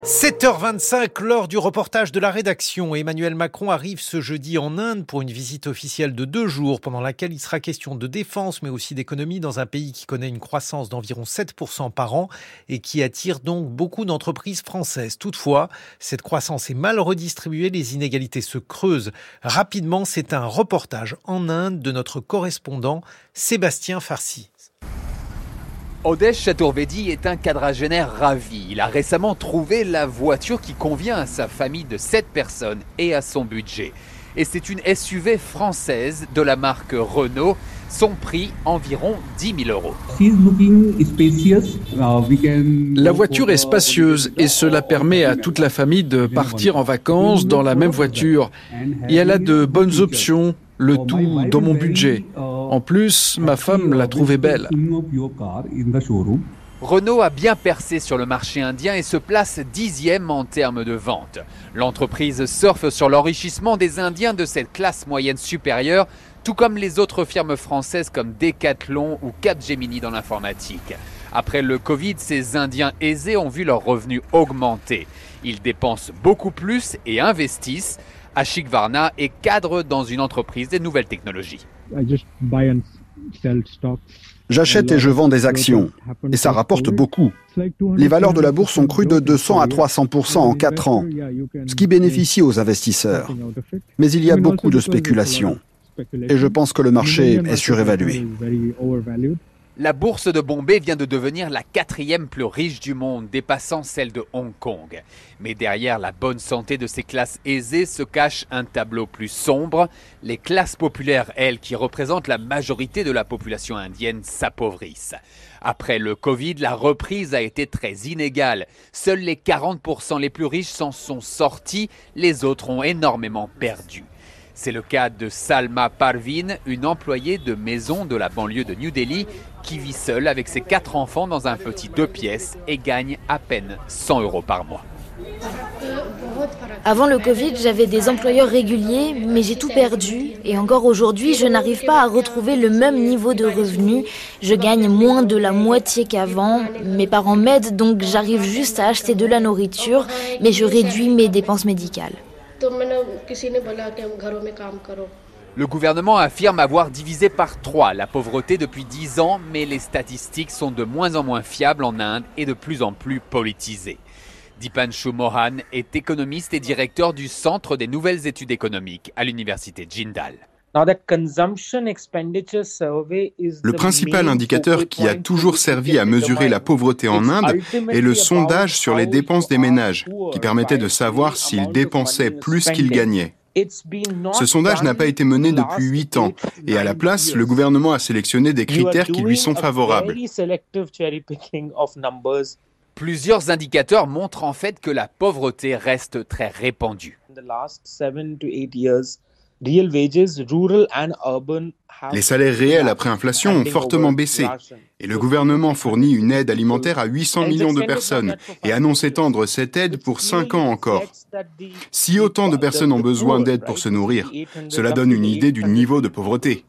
7h25, lors du reportage de la rédaction, Emmanuel Macron arrive ce jeudi en Inde pour une visite officielle de 2 jours pendant laquelle il sera question de défense mais aussi d'économie dans un pays qui connaît une croissance d'environ 7% par an et qui attire donc beaucoup d'entreprises françaises. Toutefois, cette croissance est mal redistribuée, les inégalités se creusent rapidement. C'est un reportage en Inde de notre correspondant Sébastien Farsi. Odesh Chaturvedi est un quadragénaire ravi. Il a récemment trouvé la voiture qui convient à sa famille de 7 personnes et à son budget. Et c'est une SUV française de la marque Renault. Son prix, environ 10 000 euros. La voiture est spacieuse et cela permet à toute la famille de partir en vacances dans la même voiture. Et elle a de bonnes options, le tout dans mon budget. En plus, ma femme l'a trouvée belle. Renault a bien percé sur le marché indien et se place 10e en termes de vente. L'entreprise surfe sur l'enrichissement des Indiens de cette classe moyenne supérieure, tout comme les autres firmes françaises comme Decathlon ou Capgemini dans l'informatique. Après le Covid, ces Indiens aisés ont vu leurs revenus augmenter. Ils dépensent beaucoup plus et investissent. Ashik Varna est cadre dans une entreprise des nouvelles technologies. J'achète et je vends des actions, et ça rapporte beaucoup. Les valeurs de la bourse ont cru de 200 à 300% en 4 ans, ce qui bénéficie aux investisseurs. Mais il y a beaucoup de spéculation, et je pense que le marché est surévalué. La bourse de Bombay vient de devenir la 4e plus riche du monde, dépassant celle de Hong Kong. Mais derrière la bonne santé de ces classes aisées se cache un tableau plus sombre. Les classes populaires, elles, qui représentent la majorité de la population indienne, s'appauvrissent. Après le Covid, la reprise a été très inégale. Seuls les 40% les plus riches s'en sont sortis, les autres ont énormément perdu. C'est le cas de Salma Parveen, une employée de maison de la banlieue de New Delhi, qui vit seule avec ses 4 enfants dans un petit 2 pièces et gagne à peine 100 € par mois. Avant le Covid, j'avais des employeurs réguliers, mais j'ai tout perdu. Et encore aujourd'hui, je n'arrive pas à retrouver le même niveau de revenus. Je gagne moins de la moitié qu'avant. Mes parents m'aident, donc j'arrive juste à acheter de la nourriture, mais je réduis mes dépenses médicales. Le gouvernement affirme avoir divisé par 3 la pauvreté depuis 10 ans, mais les statistiques sont de moins en moins fiables en Inde et de plus en plus politisées. Dipanshu Mohan est économiste et directeur du Centre des nouvelles études économiques à l'université Jindal. Le principal indicateur qui a toujours servi à mesurer la pauvreté en Inde est le sondage sur les dépenses des ménages, qui permettait de savoir s'ils dépensaient plus qu'ils gagnaient. Ce sondage n'a pas été mené depuis 8 ans, et à la place, le gouvernement a sélectionné des critères qui lui sont favorables. Plusieurs indicateurs montrent en fait que la pauvreté reste très répandue. Les salaires réels après inflation ont fortement baissé, et le gouvernement fournit une aide alimentaire à 800 millions de personnes et annonce étendre cette aide pour 5 ans encore. Si autant de personnes ont besoin d'aide pour se nourrir, cela donne une idée du niveau de pauvreté.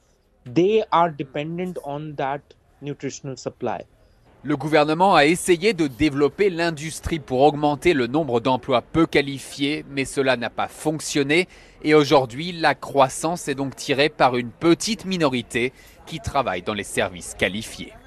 Le gouvernement a essayé de développer l'industrie pour augmenter le nombre d'emplois peu qualifiés, mais cela n'a pas fonctionné. Et aujourd'hui, la croissance est donc tirée par une petite minorité qui travaille dans les services qualifiés.